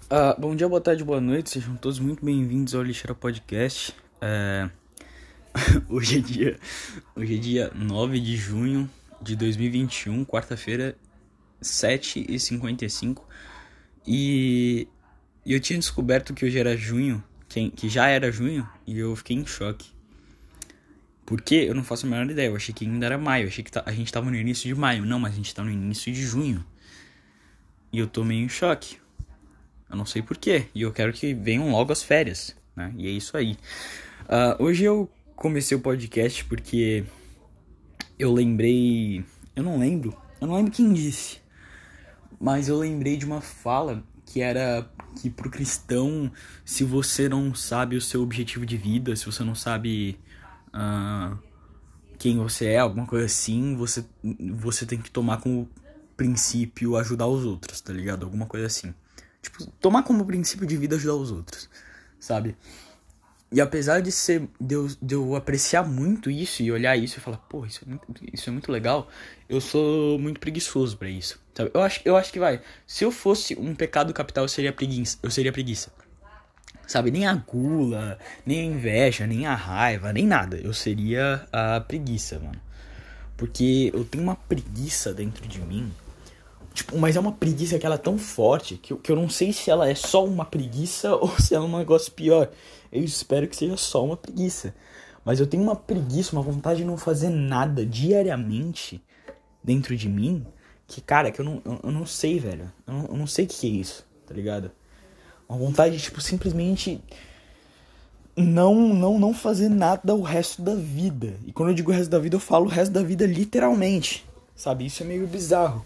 Bom dia, boa tarde, boa noite, sejam todos muito bem-vindos ao Lixeira Podcast. Hoje é dia 9 de junho de 2021, quarta-feira, 7h55. E eu tinha descoberto que hoje era junho, que já era junho, e eu fiquei em choque. Por quê? Eu não faço a menor ideia, eu achei que ainda era maio, eu achei que a gente tava no início de maio. Não, mas a gente tá no início de junho. E eu tô meio em choque. Eu não sei porquê. E eu quero que venham logo as férias, né? E é isso aí. Hoje eu comecei o podcast porque eu lembrei... Eu não lembro quem disse. Mas eu lembrei de uma fala que era que pro cristão, se você não sabe o seu objetivo de vida, se você não sabe quem você é, alguma coisa assim, você tem que tomar como princípio ajudar os outros, tá ligado? Alguma coisa assim. Tipo, tomar como princípio de vida ajudar os outros, sabe? E apesar de eu apreciar muito isso e olhar isso e falar, pô, isso é muito legal, eu sou muito preguiçoso pra isso, sabe? Eu acho que se eu fosse um pecado capital, eu seria preguiça. Sabe, nem a gula, nem a inveja, nem a raiva, nem nada. Eu seria a preguiça, mano. Porque eu tenho uma preguiça dentro de mim. Tipo, mas é uma preguiça que ela é tão forte que eu não sei se ela é só uma preguiça ou se ela é um negócio pior. Eu espero que seja só uma preguiça. Mas eu tenho uma preguiça, uma vontade de não fazer nada diariamente dentro de mim. Que, cara, que eu não sei, velho. Eu não sei o que é isso, tá ligado? Uma vontade de, tipo, simplesmente não fazer nada o resto da vida. E quando eu digo o resto da vida, eu falo o resto da vida literalmente. Sabe? Isso é meio bizarro.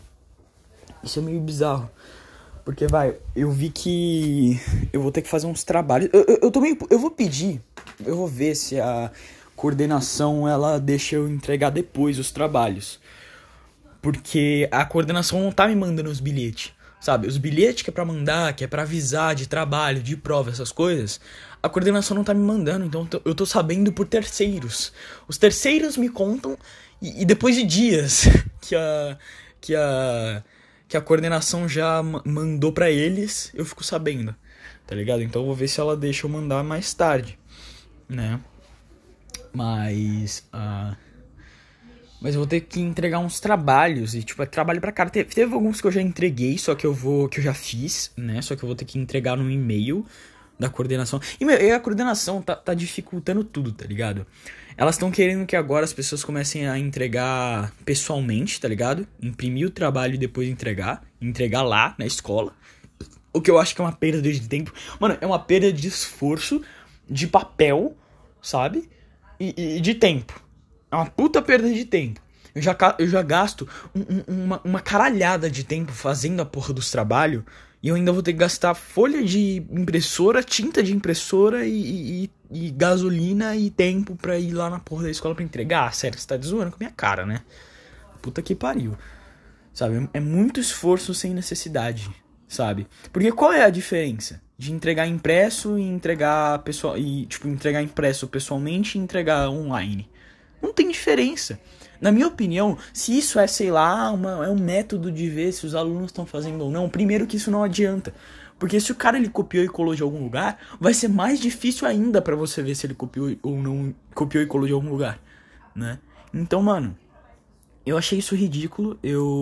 Porque, eu vi que eu vou ter que fazer uns trabalhos. Eu tô meio. Eu vou ver se a coordenação ela deixa eu entregar depois os trabalhos. Porque a coordenação não tá me mandando os bilhetes. Sabe? Os bilhetes que é pra mandar, que é pra avisar de trabalho, de prova, essas coisas. A coordenação não tá me mandando. Então eu tô sabendo por terceiros. Os terceiros me contam. E depois de dias que a. Que a que a coordenação já mandou pra eles, eu fico sabendo, tá ligado? Então eu vou ver se ela deixa eu mandar mais tarde, né? Mas, mas eu vou ter que entregar uns trabalhos e, tipo, é trabalho pra cara. Teve alguns que eu já entreguei, que eu já fiz, né? Só que eu vou ter que entregar no e-mail da coordenação. E a coordenação tá dificultando tudo, tá ligado? Elas estão querendo que agora as pessoas comecem a entregar pessoalmente, tá ligado? Imprimir o trabalho e depois entregar lá na escola. O que eu acho que é uma perda de tempo. Mano, é uma perda de esforço, de papel, sabe? E de tempo. É uma puta perda de tempo. Eu já gasto uma caralhada de tempo fazendo a porra dos trabalhos. E eu ainda vou ter que gastar folha de impressora, tinta de impressora e gasolina e tempo pra ir lá na porra da escola pra entregar. Ah, sério, você tá zoando com a minha cara, né? Puta que pariu. Sabe? É muito esforço sem necessidade, sabe? Porque qual é a diferença de entregar impresso e entregar pessoal e tipo entregar impresso pessoalmente e entregar online? Não tem diferença. Na minha opinião, se isso é, sei lá, é um método de ver se os alunos estão fazendo ou não, primeiro que isso não adianta. Porque se o cara ele copiou e colou de algum lugar, vai ser mais difícil ainda pra você ver se ele copiou ou não copiou e colou de algum lugar, né? Então, mano, eu achei isso ridículo.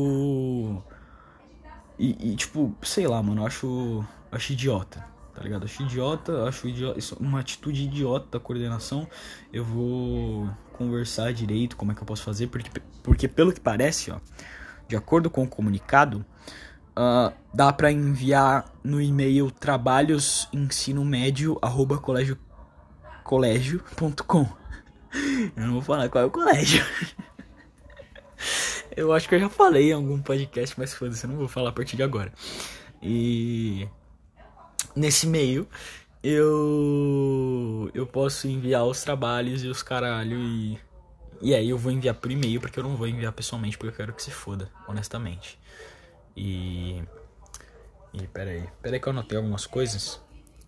Tipo, sei lá, mano, eu acho idiota, tá ligado? Acho idiota, isso é uma atitude idiota da coordenação. Eu vou conversar direito como é que eu posso fazer, porque pelo que parece, ó, de acordo com o comunicado, dá pra enviar no e-mail trabalhosensinomédio@colégio.com. Eu não vou falar qual é o colégio. Eu acho que eu já falei em algum podcast, mas foda-se, eu não vou falar a partir de agora. E nesse meio, eu posso enviar os trabalhos e os caralho e aí eu vou enviar por e-mail, porque eu não vou enviar pessoalmente, porque eu quero que se foda, honestamente. E peraí que eu anotei algumas coisas.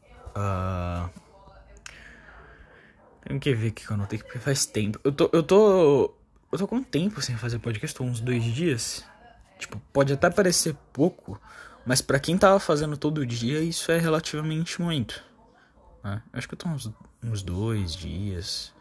Tenho que ver o que eu anotei, porque faz tempo. Eu tô com tempo sem fazer podcast, tô uns 2 dias. Tipo, pode até parecer pouco, Mas pra quem tava fazendo todo dia, isso é relativamente muito, né? Acho que eu tô uns 2 dias.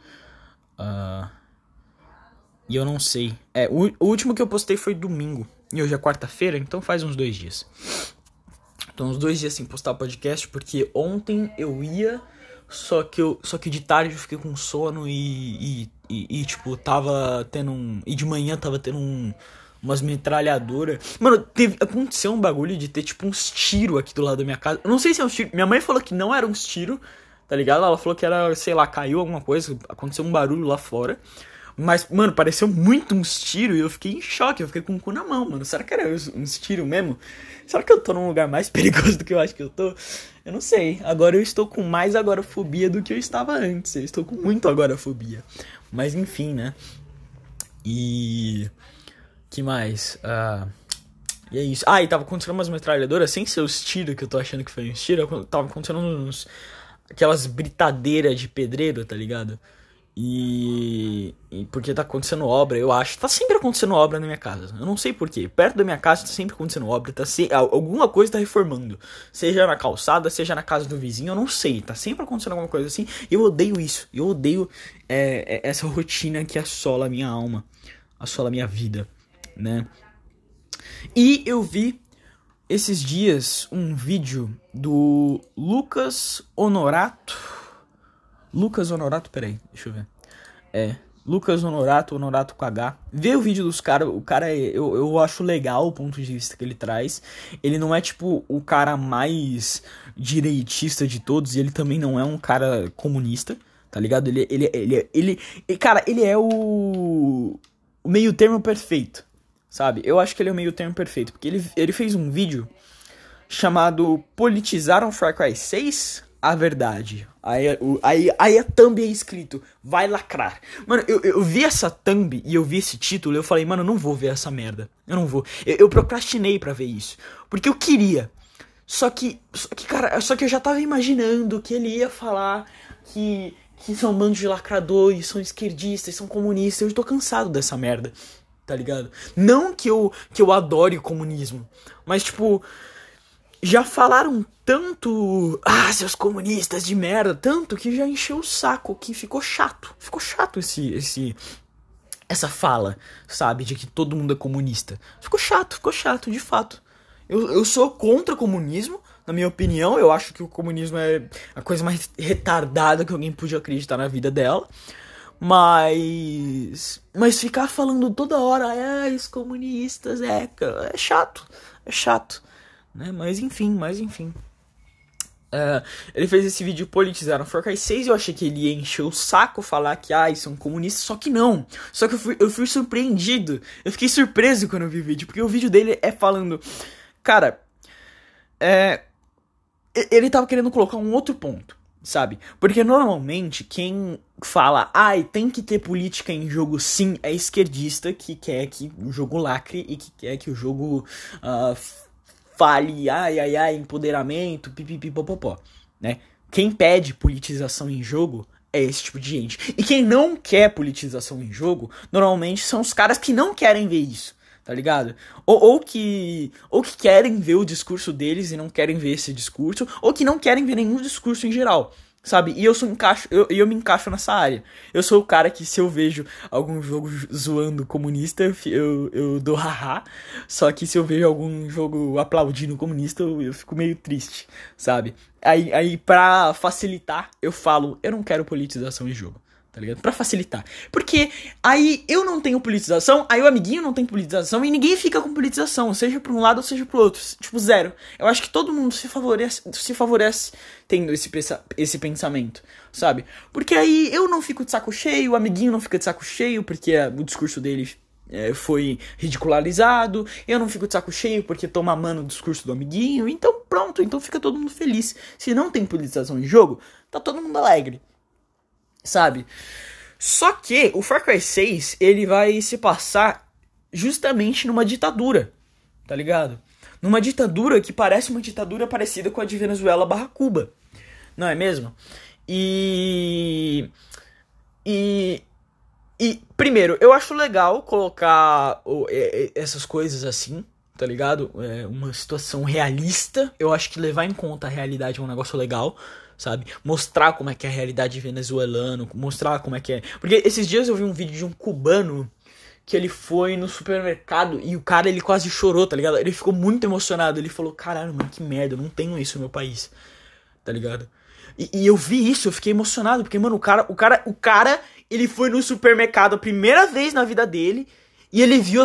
E eu não sei. O último que eu postei foi domingo. E hoje é quarta-feira, então faz uns 2 dias. Então uns 2 dias sem postar podcast, porque ontem eu ia, só que de tarde eu fiquei com sono tipo, tava tendo e de manhã tava tendo umas metralhadoras. Mano, aconteceu um bagulho de ter tipo uns tiros aqui do lado da minha casa. Eu não sei se é uns tiros. Minha mãe falou que não era uns tiros, tá ligado? Ela falou que era, sei lá, caiu alguma coisa, aconteceu um barulho lá fora. Mas, mano, pareceu muito uns tiros e eu fiquei em choque, eu fiquei com o cu na mão, mano. Será que era uns tiros mesmo? Será que eu tô num lugar mais perigoso do que eu acho que eu tô? Eu não sei. Agora eu estou com mais agorafobia do que eu estava antes. Eu estou com muito agorafobia. Mas enfim, né? E... que mais? E é isso. E tava acontecendo umas metralhadoras sem ser os tiros que eu tô achando que foi uns tiros. Tava acontecendo aquelas britadeiras de pedreiro, tá ligado? E porque tá acontecendo obra, eu acho. Tá sempre acontecendo obra na minha casa. Eu não sei porquê. Perto da minha casa tá sempre acontecendo obra. Alguma coisa tá reformando. Seja na calçada, seja na casa do vizinho, eu não sei. Tá sempre acontecendo alguma coisa assim. Eu odeio isso. Eu odeio essa rotina que assola a minha alma. Assola a minha vida, né? E eu vi esses dias um vídeo do Lucas Honorato. Peraí, deixa eu ver. Lucas Honorato com H. Vê o vídeo dos caras. O cara, eu acho legal o ponto de vista que ele traz. Ele não é tipo o cara mais direitista de todos. E ele também não é um cara comunista, tá ligado? Cara, ele é o meio termo perfeito, sabe? Eu acho que ele é o meio termo perfeito. Porque ele fez um vídeo chamado Politizaram Far Cry 6? A verdade. Aí a thumb é escrito, vai lacrar. Mano, eu vi essa thumb e eu vi esse título e eu falei, mano, eu não vou ver essa merda. Eu não vou. Eu procrastinei pra ver isso. Porque eu queria. Só que, cara, eu já tava imaginando que ele ia falar que são bandos de lacradores, são esquerdistas, são comunistas. Eu tô cansado dessa merda, tá ligado? Não que eu adore o comunismo, mas tipo... já falaram tanto, seus comunistas de merda, tanto que já encheu o saco, que ficou chato. Ficou chato essa fala, sabe, de que todo mundo é comunista. Ficou chato, de fato. Eu sou contra o comunismo, na minha opinião. Eu acho que o comunismo é a coisa mais retardada que alguém podia acreditar na vida dela. Mas ficar falando toda hora, os comunistas, é chato. Né? Mas enfim. Ele fez esse vídeo Politizaram Far Cry 6. Eu achei que ele ia encher o saco, falar que são comunistas. Só que não. Só que eu fui surpreendido. Eu fiquei surpreso quando eu vi o vídeo. Porque o vídeo dele é falando... cara, ele tava querendo colocar um outro ponto, sabe? Porque normalmente quem fala, tem que ter política em jogo sim, é esquerdista, que quer que o jogo lacre e que quer que o jogo fale, empoderamento, pipipipopopó, né? Quem pede politização em jogo é esse tipo de gente. E quem não quer politização em jogo, normalmente são os caras que não querem ver isso, tá ligado? Ou que querem ver o discurso deles e não querem ver esse discurso, ou que não querem ver nenhum discurso em geral, sabe? E eu me encaixo nessa área. Eu sou o cara que, se eu vejo algum jogo zoando comunista, eu dou haha. Só que se eu vejo algum jogo aplaudindo comunista, eu fico meio triste, sabe? Aí pra facilitar, eu falo, eu não quero politização em jogo, tá ligado? Pra facilitar. Porque aí eu não tenho politização, aí o amiguinho não tem politização e ninguém fica com politização, seja pra um lado ou seja pro outro. Tipo, zero. Eu acho que todo mundo se favorece tendo esse pensamento, sabe? Porque aí eu não fico de saco cheio, o amiguinho não fica de saco cheio porque o discurso dele foi ridicularizado, eu não fico de saco cheio porque tô mamando o discurso do amiguinho, então pronto, então fica todo mundo feliz. Se não tem politização em jogo, tá todo mundo alegre, sabe? Só que o Far Cry 6, ele vai se passar justamente numa ditadura, tá ligado? Numa ditadura que parece uma ditadura parecida com a de Venezuela / Cuba, não é mesmo? E primeiro, eu acho legal colocar essas coisas assim, tá ligado? É uma situação realista. Eu acho que levar em conta a realidade é um negócio legal, sabe? Mostrar como é que é a realidade venezuelana, mostrar como é que é... Porque esses dias eu vi um vídeo de um cubano que ele foi no supermercado e o cara, ele quase chorou, tá ligado? Ele ficou muito emocionado. Ele falou, caralho, mano, que merda, eu não tenho isso no meu país, tá ligado? E eu vi isso, eu fiquei emocionado, porque, mano, o cara, ele foi no supermercado a primeira vez na vida dele e ele viu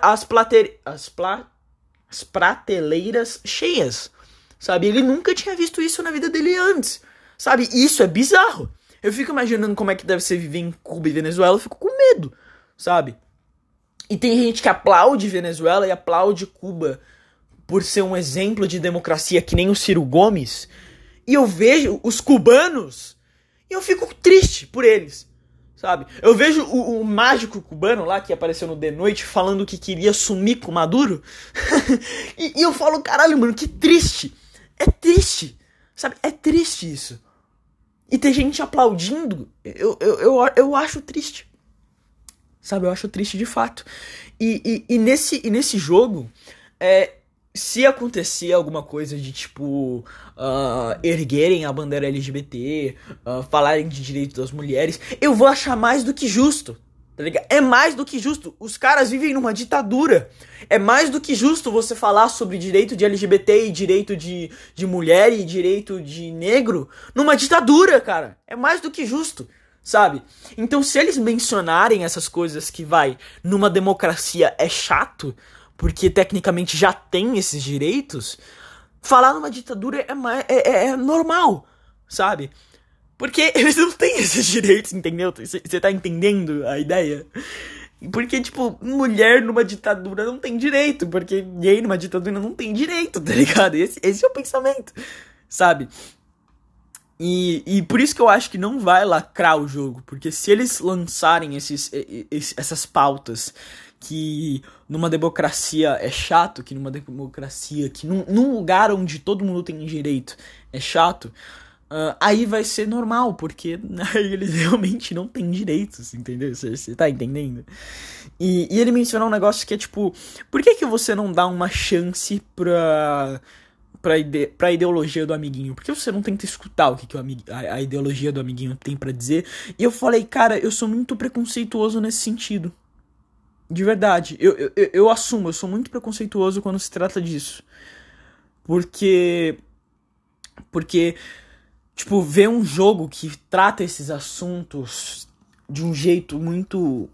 as prateleiras cheias, sabe? Ele nunca tinha visto isso na vida dele antes, sabe? E isso é bizarro. Eu fico imaginando como é que deve ser viver em Cuba e Venezuela, eu fico com medo, sabe? E tem gente que aplaude Venezuela e aplaude Cuba por ser um exemplo de democracia que nem o Ciro Gomes. E eu vejo os cubanos e eu fico triste por eles, sabe? Eu vejo o mágico cubano lá que apareceu no The Noite falando que queria sumir com Maduro. e eu falo, caralho, mano, que triste. É triste, sabe? É triste isso. E ter gente aplaudindo, eu acho triste. Sabe, eu acho triste de fato. E nesse jogo, se acontecer alguma coisa de, tipo, erguerem a bandeira LGBT, falarem de direitos das mulheres, eu vou achar mais do que justo, tá ligado? É mais do que justo. Os caras vivem numa ditadura. É mais do que justo você falar sobre direito de LGBT e direito de mulher e direito de negro numa ditadura, cara. É mais do que justo. Sabe? Então, se eles mencionarem essas coisas que numa democracia é chato, porque tecnicamente já tem esses direitos, falar numa ditadura é normal, sabe? Porque eles não têm esses direitos, entendeu? Você tá entendendo a ideia? Porque, tipo, mulher numa ditadura não tem direito, porque gay numa ditadura não tem direito, tá ligado? Esse é o pensamento, sabe? E por isso que eu acho que não vai lacrar o jogo. Porque se eles lançarem essas pautas que numa democracia é chato, que numa democracia, que num lugar onde todo mundo tem direito é chato, aí vai ser normal, porque aí eles realmente não têm direitos, entendeu? Você tá entendendo? E ele mencionou um negócio que é tipo, por que você não dá uma chance pra ideologia do amiguinho? Por que você não tenta escutar o que a ideologia do amiguinho tem pra dizer? E eu falei, cara, eu sou muito preconceituoso nesse sentido. De verdade. Eu assumo, eu sou muito preconceituoso quando se trata disso. Porque, tipo, ver um jogo que trata esses assuntos de um jeito muito...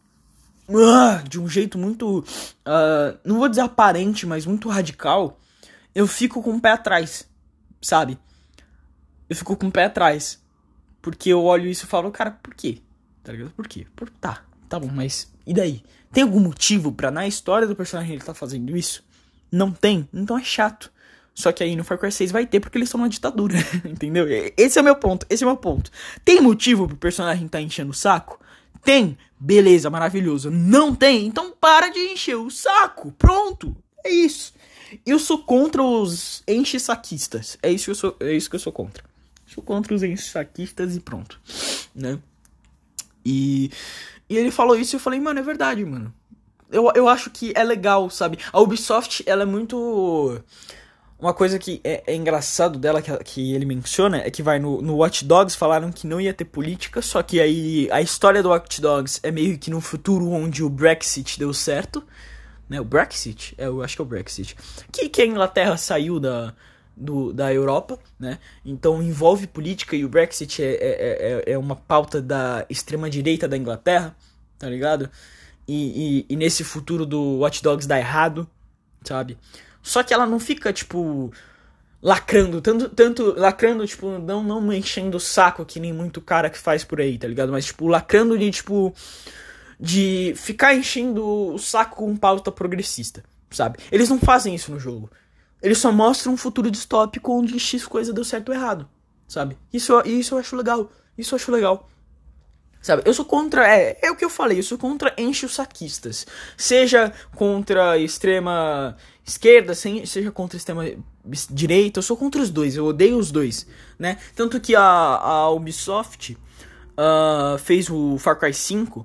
não vou dizer aparente, mas muito radical... Eu fico com o pé atrás, sabe? Eu fico com o pé atrás. Porque eu olho isso e falo, cara, por quê? Tá ligado? Por quê? Tá bom, mas e daí? Tem algum motivo pra na história do personagem ele tá fazendo isso? Não tem? Então é chato. Só que aí no Far Cry 6 vai ter porque eles estão na ditadura, entendeu? Esse é o meu ponto, Tem motivo pro personagem tá enchendo o saco? Tem? Beleza, maravilhoso. Não tem? Então para de encher o saco. Pronto. É isso. Eu sou contra os enche-saquistas. É isso que eu sou contra. Sou contra os enche-saquistas e pronto, né? E ele falou isso e eu falei, mano, é verdade, mano. Eu acho que é legal, sabe? A Ubisoft, ela é muito... Uma coisa que é engraçado dela, que ele menciona, é que no Watch Dogs falaram que não ia ter política, só que aí a história do Watch Dogs é meio que num futuro onde o Brexit deu certo, né? O Brexit? Eu acho que é o Brexit. Que a Inglaterra saiu da Europa, né? Então envolve política e o Brexit é uma pauta da extrema-direita da Inglaterra, tá ligado? E nesse futuro do Watch Dogs dá errado, sabe? Só que ela não fica, tipo, lacrando, tanto lacrando, tipo, não enchendo o saco que nem muito cara que faz por aí, tá ligado? Mas, tipo, lacrando de ficar enchendo o saco com pauta progressista, sabe? Eles não fazem isso no jogo. Eles só mostram um futuro distópico onde X coisa deu certo ou errado, sabe? Isso eu acho legal. Isso eu acho legal. Sabe? Eu sou contra... É o que eu falei. Eu sou contra enche-o-saquistas. Seja contra extrema esquerda, seja contra extrema direita. Eu sou contra os dois. Eu odeio os dois, né? Tanto que a Ubisoft... fez o Far Cry 5,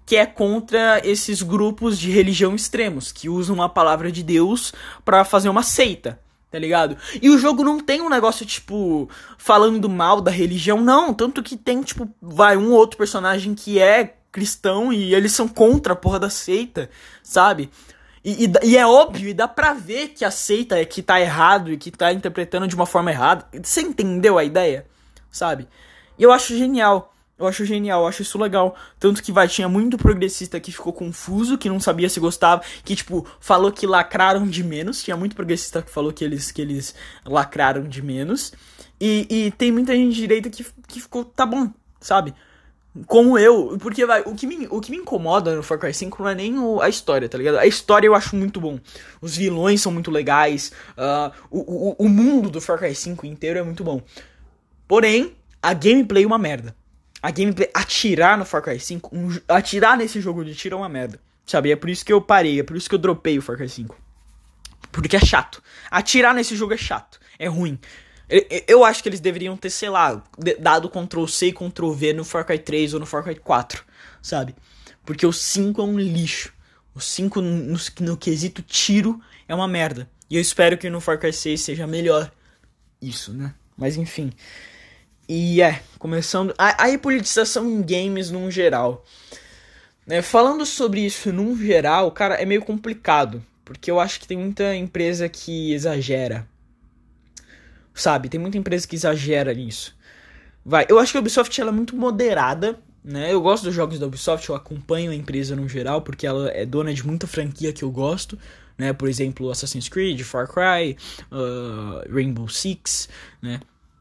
que é contra esses grupos de religião extremos, que usam a palavra de Deus pra fazer uma seita, tá ligado? E o jogo não tem um negócio, tipo, falando mal da religião, não. Tanto que tem, tipo, um outro personagem que é cristão e eles são contra a porra da seita, sabe? E é óbvio, e dá pra ver que a seita é que tá errado e que tá interpretando de uma forma errada. Você entendeu a ideia? Sabe? E eu acho genial. Eu acho isso legal. Tanto que, tinha muito progressista que ficou confuso, que não sabia se gostava, que, tipo, falou que lacraram de menos. Tinha muito progressista que falou que eles lacraram de menos. E tem muita gente de direita que ficou, tá bom, sabe? Como eu, porque o que me incomoda no Far Cry 5 não é nem a história, tá ligado? A história eu acho muito bom. Os vilões são muito legais. O mundo do Far Cry 5 inteiro é muito bom. Porém, a gameplay é uma merda. A gameplay, atirar no Far Cry 5, atirar nesse jogo de tiro é uma merda. Sabe? É por isso que eu parei, é por isso que eu dropei o Far Cry 5. Porque é chato. Atirar nesse jogo é chato. É ruim. Eu acho que eles deveriam ter, sei lá, dado Ctrl+C e Ctrl+V no Far Cry 3 ou no Far Cry 4, sabe? Porque o 5 é um lixo. O 5 no quesito tiro é uma merda. E eu espero que no Far Cry 6 seja melhor isso, né? Mas enfim. E começando... A politização em games num geral. Né? Falando sobre isso num geral, cara, é meio complicado. Porque eu acho que tem muita empresa que exagera. Sabe, tem muita empresa que exagera nisso. Eu acho que a Ubisoft ela é muito moderada, né? Eu gosto dos jogos da Ubisoft, eu acompanho a empresa no geral, porque ela é dona de muita franquia que eu gosto, né? Por exemplo, Assassin's Creed, Far Cry, Rainbow Six, né?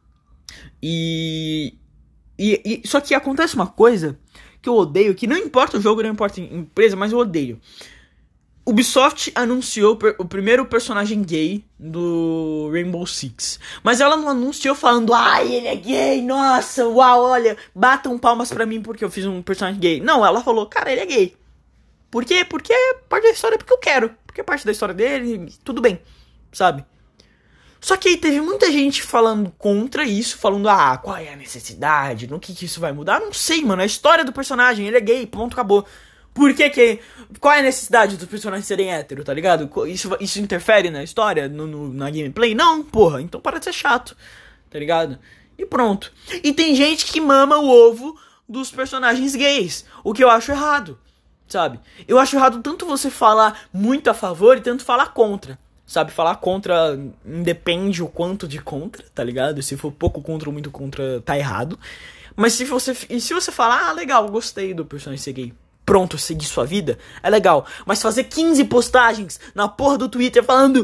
Só que acontece uma coisa que eu odeio, que não importa o jogo, não importa a empresa, mas eu odeio. Ubisoft anunciou o primeiro personagem gay do Rainbow Six. Mas ela não anunciou falando, ai, ele é gay, nossa, uau, olha, batam palmas pra mim porque eu fiz um personagem gay. Não, ela falou, cara, ele é gay. Por quê? Porque é parte da história, porque eu quero. Porque é parte da história dele, tudo bem, sabe? Só que aí teve muita gente falando contra isso, falando, qual é a necessidade, no que isso vai mudar? Não sei, mano, é a história do personagem, ele é gay, ponto, acabou. Por que qual é a necessidade dos personagens serem héteros, tá ligado? Isso interfere na história, na gameplay? Não, porra, então para de ser chato, tá ligado? E pronto. E tem gente que mama o ovo dos personagens gays, o que eu acho errado, sabe? Eu acho errado tanto você falar muito a favor e tanto falar contra, sabe? Falar contra independe o quanto de contra, tá ligado? Se for pouco contra ou muito contra, tá errado. Mas se você falar, legal, gostei do personagem ser gay, pronto, seguir sua vida, é legal. Mas fazer 15 postagens na porra do Twitter falando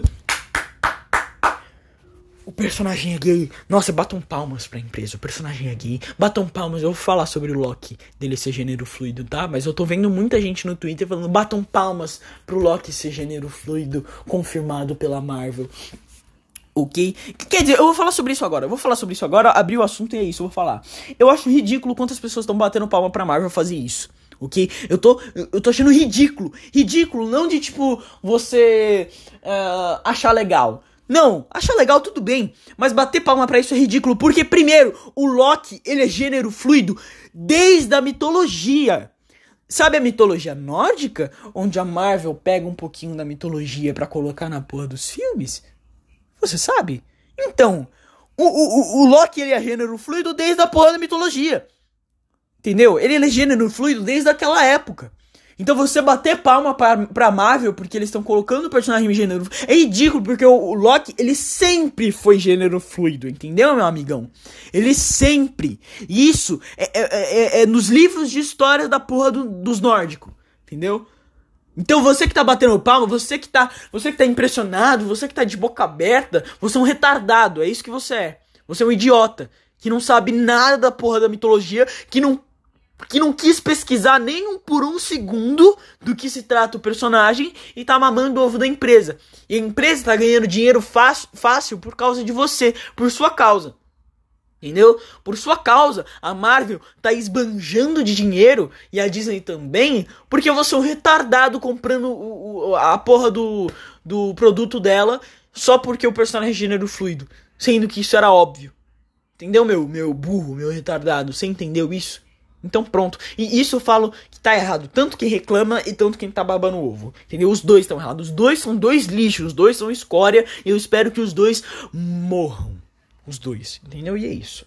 o personagem é gay, nossa, batam palmas pra empresa, o personagem é gay, batam palmas, eu vou falar sobre o Loki, dele ser gênero fluido, tá? Mas eu tô vendo muita gente no Twitter falando, batam palmas pro Loki ser gênero fluido, confirmado pela Marvel. Ok? Quer dizer, eu vou falar sobre isso agora, abri o assunto e é isso, eu vou falar. Eu acho ridículo quantas pessoas estão batendo palma pra Marvel fazer isso. Ok? Eu tô achando ridículo. Ridículo, não de tipo, você achar legal. Não, achar legal tudo bem. Mas bater palma pra isso é ridículo. Porque, primeiro, o Loki, ele é gênero fluido desde a mitologia. Sabe a mitologia nórdica? Onde a Marvel pega um pouquinho da mitologia pra colocar na porra dos filmes? Você sabe? Então, o Loki, ele é gênero fluido desde a porra da mitologia. Entendeu? Ele é gênero fluido desde aquela época. Então você bater palma pra Marvel porque eles estão colocando o personagem em gênero é ridículo, porque o Loki, ele sempre foi gênero fluido, entendeu, meu amigão? Ele sempre. E isso é nos livros de história da porra dos nórdicos, entendeu? Então você que tá batendo palma, você que tá impressionado, você que tá de boca aberta, você é um retardado, é isso que você é. Você é um idiota, que não sabe nada da porra da mitologia, que não quis pesquisar nem por um segundo do que se trata o personagem e tá mamando o ovo da empresa. E a empresa tá ganhando dinheiro fácil por causa de você, por sua causa. Entendeu? Por sua causa, a Marvel tá esbanjando de dinheiro e a Disney também, porque você é um retardado comprando a porra do produto dela só porque o personagem é gênero fluido, sendo que isso era óbvio. Entendeu, meu burro, meu retardado? Você entendeu isso? Então pronto. E isso eu falo que tá errado. Tanto quem reclama e tanto quem tá babando o ovo. Entendeu? Os dois estão errados. Os dois são dois lixos. Os dois são escória. E eu espero que os dois morram. Os dois. Entendeu? E é isso.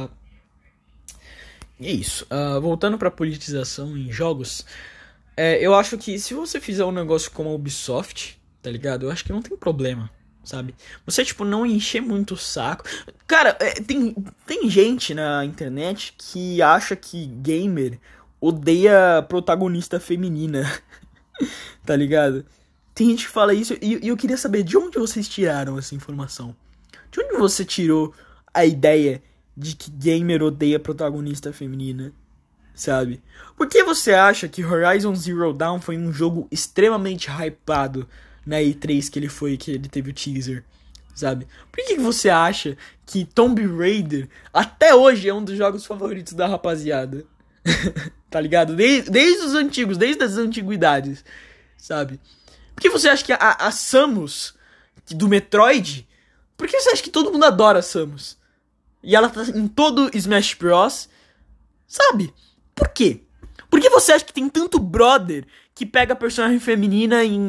Voltando pra politização em jogos. Eu acho que se você fizer um negócio como a Ubisoft, tá ligado? Eu acho que não tem problema. Sabe? Você, tipo, não encher muito o saco. Cara, tem gente na internet que acha que gamer odeia protagonista feminina. Tá ligado? Tem gente que fala isso e eu queria saber de onde vocês tiraram essa informação. De onde você tirou a ideia de que gamer odeia protagonista feminina? Sabe? Por que você acha que Horizon Zero Dawn foi um jogo extremamente hypado na E3 que ele teve o teaser, sabe? Por que você acha que Tomb Raider até hoje é um dos jogos favoritos da rapaziada? Tá ligado? Desde os antigos, desde as antiguidades, sabe? Por que você acha que a Samus do Metroid, por que você acha que todo mundo adora a Samus? E ela tá em todo Smash Bros, sabe? Por quê? Por que você acha que tem tanto brother que pega personagem feminina em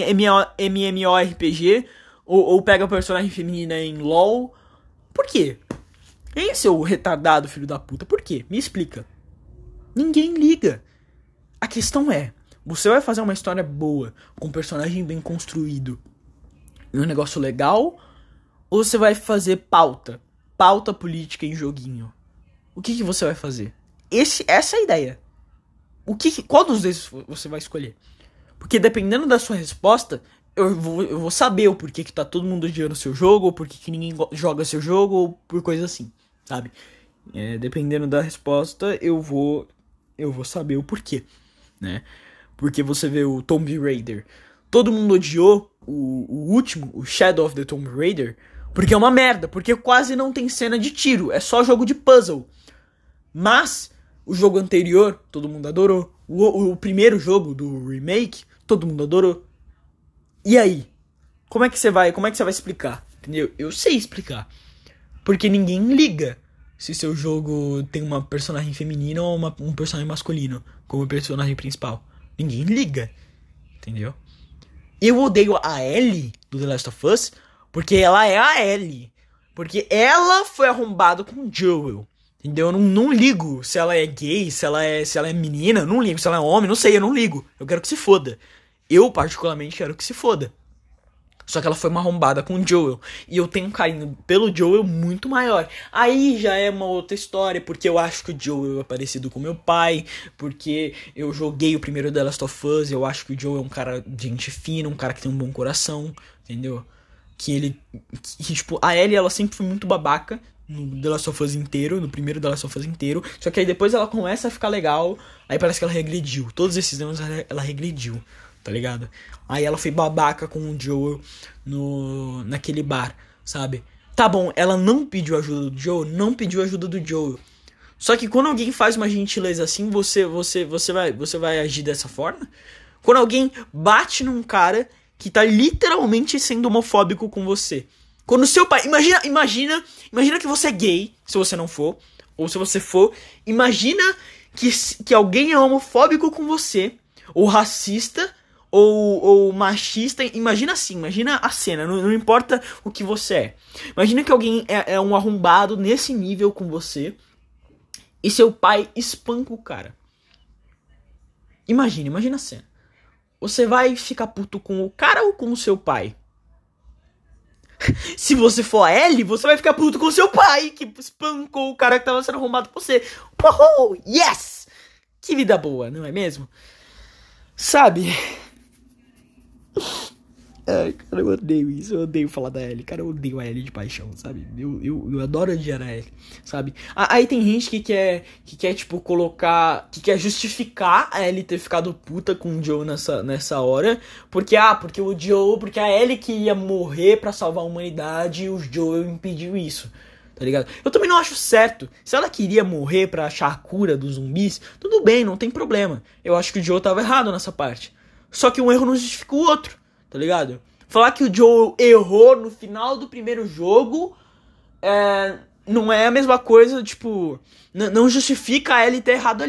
MMORPG ou pega personagem feminina em LoL? Por quê? Hein, seu retardado filho da puta? Por quê? Me explica. Ninguém liga. A questão é, você vai fazer uma história boa, com um personagem bem construído, e um negócio legal, ou você vai fazer pauta política em joguinho? O que você vai fazer? Essa é a ideia. Qual dos dois você vai escolher? Porque dependendo da sua resposta, eu vou saber o porquê que tá todo mundo odiando o seu jogo, ou porquê que ninguém joga seu jogo, ou por coisa assim, sabe? Dependendo da resposta, eu vou saber o porquê, né? Porque você vê o Tomb Raider. Todo mundo odiou o último, o Shadow of the Tomb Raider, porque é uma merda, porque quase não tem cena de tiro, é só jogo de puzzle. Mas o jogo anterior, todo mundo adorou. O primeiro jogo do remake, todo mundo adorou. E aí? Como é que você vai explicar? Entendeu? Eu sei explicar. Porque ninguém liga se seu jogo tem uma personagem feminina ou um personagem masculino como personagem principal. Ninguém liga. Entendeu? Eu odeio a Ellie do The Last of Us porque ela é a Ellie. Porque ela foi arrombada com o Joel. Entendeu? Eu não ligo se ela é gay, se ela é menina, não ligo. Se ela é homem, não sei, eu não ligo. Eu quero que se foda. Eu, particularmente, quero que se foda. Só que ela foi uma arrombada com o Joel. E eu tenho um carinho pelo Joel muito maior. Aí já é uma outra história, porque eu acho que o Joel é parecido com meu pai. Porque eu joguei o primeiro The Last of Us e eu acho que o Joel é um cara de gente fina, um cara que tem um bom coração. Entendeu? Tipo, a Ellie, ela sempre foi muito babaca. No The Last of Us inteiro, no primeiro The Last of Us inteiro. Só que aí depois ela começa a ficar legal. Aí parece que ela regrediu. Todos esses anos ela regrediu, tá ligado? Aí ela foi babaca com o Joel naquele bar, sabe? Tá bom, ela não pediu ajuda do Joel, não pediu ajuda do Joel. Só que quando alguém faz uma gentileza assim, você vai agir dessa forma? Quando alguém bate num cara que tá literalmente sendo homofóbico com você. Quando seu pai... Imagina que você é gay, se você não for. Ou se você for, imagina que alguém é homofóbico com você. Ou racista, ou machista. Imagina assim, imagina a cena. Não importa o que você é. Imagina que alguém é um arrombado nesse nível com você. E seu pai espanca o cara. Imagina a cena. Você vai ficar puto com o cara ou com o seu pai? Se você for a Ellie, você vai ficar puto com o seu pai, que espancou o cara que tava sendo arrombado com você. Oh, yes! Que vida boa, não é mesmo? Sabe? Ai, cara, eu odeio isso. Eu odeio falar da Ellie. Cara, eu odeio a Ellie de paixão, sabe? Eu adoro odiar a Ellie, sabe? Aí tem gente que quer tipo, colocar... Que quer justificar a Ellie ter ficado puta com o Joe nessa hora. Porque a Ellie que ia morrer pra salvar a humanidade e o Joel impediu isso. Tá ligado? Eu também não acho certo. Se ela queria morrer pra achar a cura dos zumbis, tudo bem, não tem problema. Eu acho que o Joe tava errado nessa parte. Só que um erro não justifica o outro. Tá ligado? Falar que o Joel errou no final do primeiro jogo não é a mesma coisa, tipo... Não justifica a Ellie ter errado ali.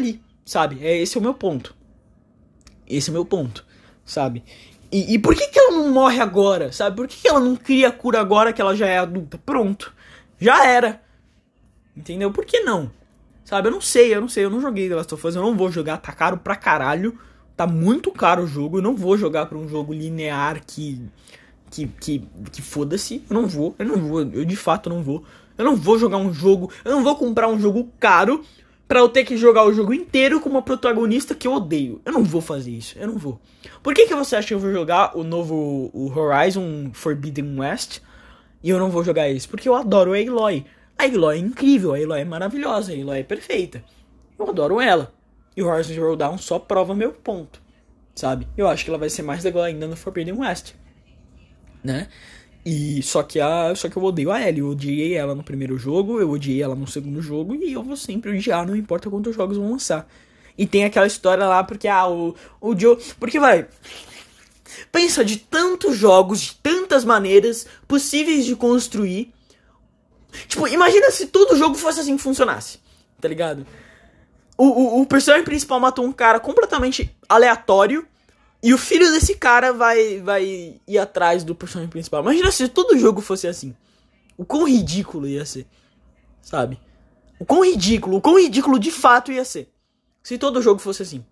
sabe? Esse é o meu ponto. Esse é o meu ponto, sabe? E por que ela não morre agora, sabe? Por que ela não cria a cura agora que ela já é adulta? Pronto, já era. Entendeu? Por que não? Sabe, eu não sei, eu não joguei The Last of Us, eu não vou jogar, tá caro pra caralho. Tá muito caro o jogo, eu não vou jogar pra um jogo linear que foda-se. Eu não vou, eu de fato não vou. Eu não vou jogar um jogo, eu não vou comprar um jogo caro pra eu ter que jogar o jogo inteiro com uma protagonista que eu odeio. Eu não vou fazer isso, eu não vou. Por que você acha que eu vou jogar o Horizon Forbidden West e eu não vou jogar isso? Porque eu adoro a Aloy. A Aloy é incrível, a Aloy é maravilhosa, a Aloy é perfeita. Eu adoro ela. E o Horizon Zero Dawn só prova meu ponto, sabe? Eu acho que ela vai ser mais legal ainda no Forbidden West, né? E só que eu odeio a Ellie. Eu odiei ela no primeiro jogo, eu odiei ela no segundo jogo e eu vou sempre odiar, não importa quantos jogos vão lançar. E tem aquela história lá porque o Joe, porque vai, pensa de tantos jogos, de tantas maneiras possíveis de construir. Tipo, imagina se todo jogo fosse assim que funcionasse, tá ligado? O personagem principal matou um cara completamente aleatório e o filho desse cara vai ir atrás do personagem principal. Imagina se todo jogo fosse assim. O quão ridículo ia ser, sabe? O quão ridículo de fato ia ser. Se todo jogo fosse assim.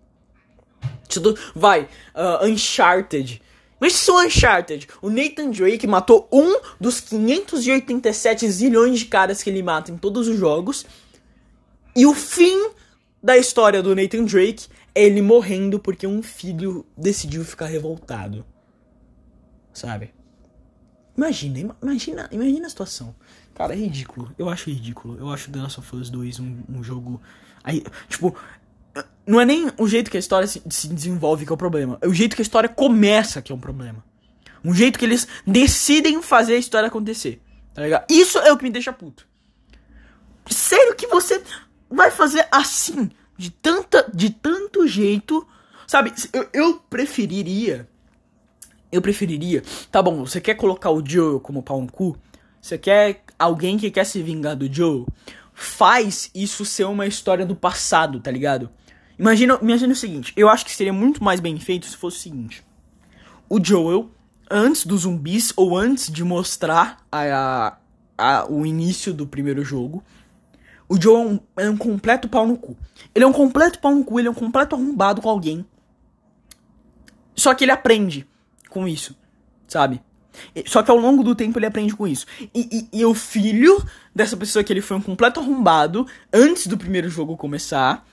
Uncharted. Mas se o Uncharted, o Nathan Drake matou um dos 587 zilhões de caras que ele mata em todos os jogos. E o fim da história do Nathan Drake é ele morrendo porque um filho decidiu ficar revoltado. Sabe? Imagina a situação. Cara, é ridículo. Eu acho ridículo. Eu acho The Last of Us 2 um jogo... Aí, tipo, não é nem o jeito que a história se desenvolve que é o problema. É o jeito que a história começa que é um problema. Um jeito que eles decidem fazer a história acontecer. Tá ligado? Isso é o que me deixa puto. Sério que você vai fazer assim, de tanto jeito, sabe? Eu preferiria, tá bom, você quer colocar o Joe como pau no cu? Você quer alguém que quer se vingar do Joe? Faz isso ser uma história do passado, tá ligado? Imagina o seguinte, eu acho que seria muito mais bem feito se fosse o seguinte. O Joel, antes dos zumbis, ou antes de mostrar o início do primeiro jogo, o Joe é um completo pau no cu. Ele é um completo pau no cu, ele é um completo arrombado com alguém. Só que ele aprende com isso, sabe? Só que ao longo do tempo ele aprende com isso. E o filho dessa pessoa que ele foi um completo arrombado antes do primeiro jogo começar,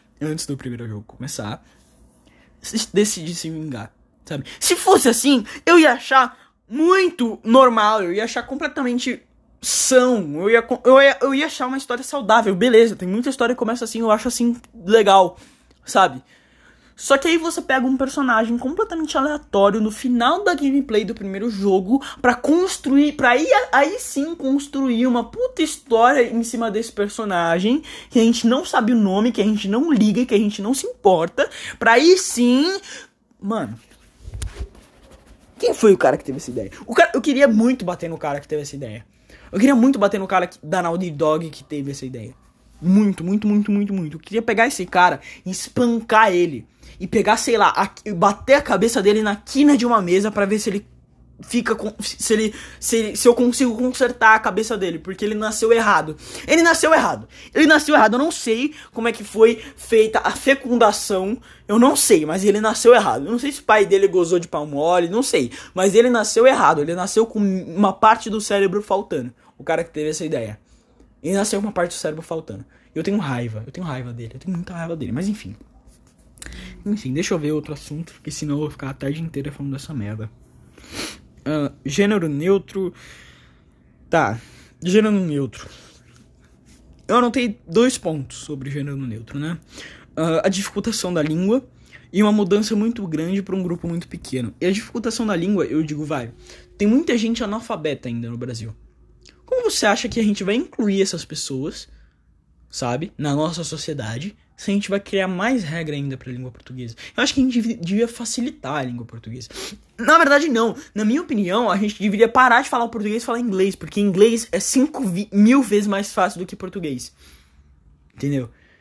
decide se vingar, sabe? Se fosse assim, eu ia achar muito normal, eu ia achar completamente são, eu ia achar uma história saudável, beleza, tem muita história que começa assim, eu acho assim, legal, sabe? Só que aí você pega um personagem completamente aleatório no final da gameplay do primeiro jogo pra construir, aí sim construir uma puta história em cima desse personagem, que a gente não sabe o nome, que a gente não liga, que a gente não se importa, pra aí sim, mano... Quem foi o cara que teve essa ideia? Eu queria muito bater no cara que teve essa ideia. Eu queria muito bater no cara da Naughty Dog que teve essa ideia. Muito. Eu queria pegar esse cara e espancar ele. E pegar, sei lá, bater a cabeça dele na quina de uma mesa pra ver se ele fica com... Se eu consigo consertar a cabeça dele. Porque ele nasceu errado. Ele nasceu errado. Eu não sei como é que foi feita a fecundação. Eu não sei, mas ele nasceu errado. Eu não sei se o pai dele gozou de pau mole, não sei. Mas ele nasceu errado. Ele nasceu com uma parte do cérebro faltando. O cara que teve essa ideia. Ele nasceu com uma parte do cérebro faltando. Eu tenho raiva dele. Eu tenho muita raiva dele, mas enfim. Enfim, deixa eu ver outro assunto, porque senão eu vou ficar a tarde inteira falando dessa merda. Gênero neutro. Tá, gênero neutro. Eu anotei 2 pontos sobre gênero neutro, né? A dificultação da língua e uma mudança muito grande para um grupo muito pequeno. E a dificultação da língua, eu digo, tem muita gente analfabeta ainda no Brasil. Como você acha que a gente vai incluir essas pessoas, sabe, na nossa sociedade, se a gente vai criar mais regra ainda pra língua portuguesa? Eu acho que a gente devia facilitar a língua portuguesa. Na verdade, não. Na minha opinião, a gente deveria parar de falar o português e falar inglês, porque inglês é 5.000 vezes mais fácil do que português. Entendeu?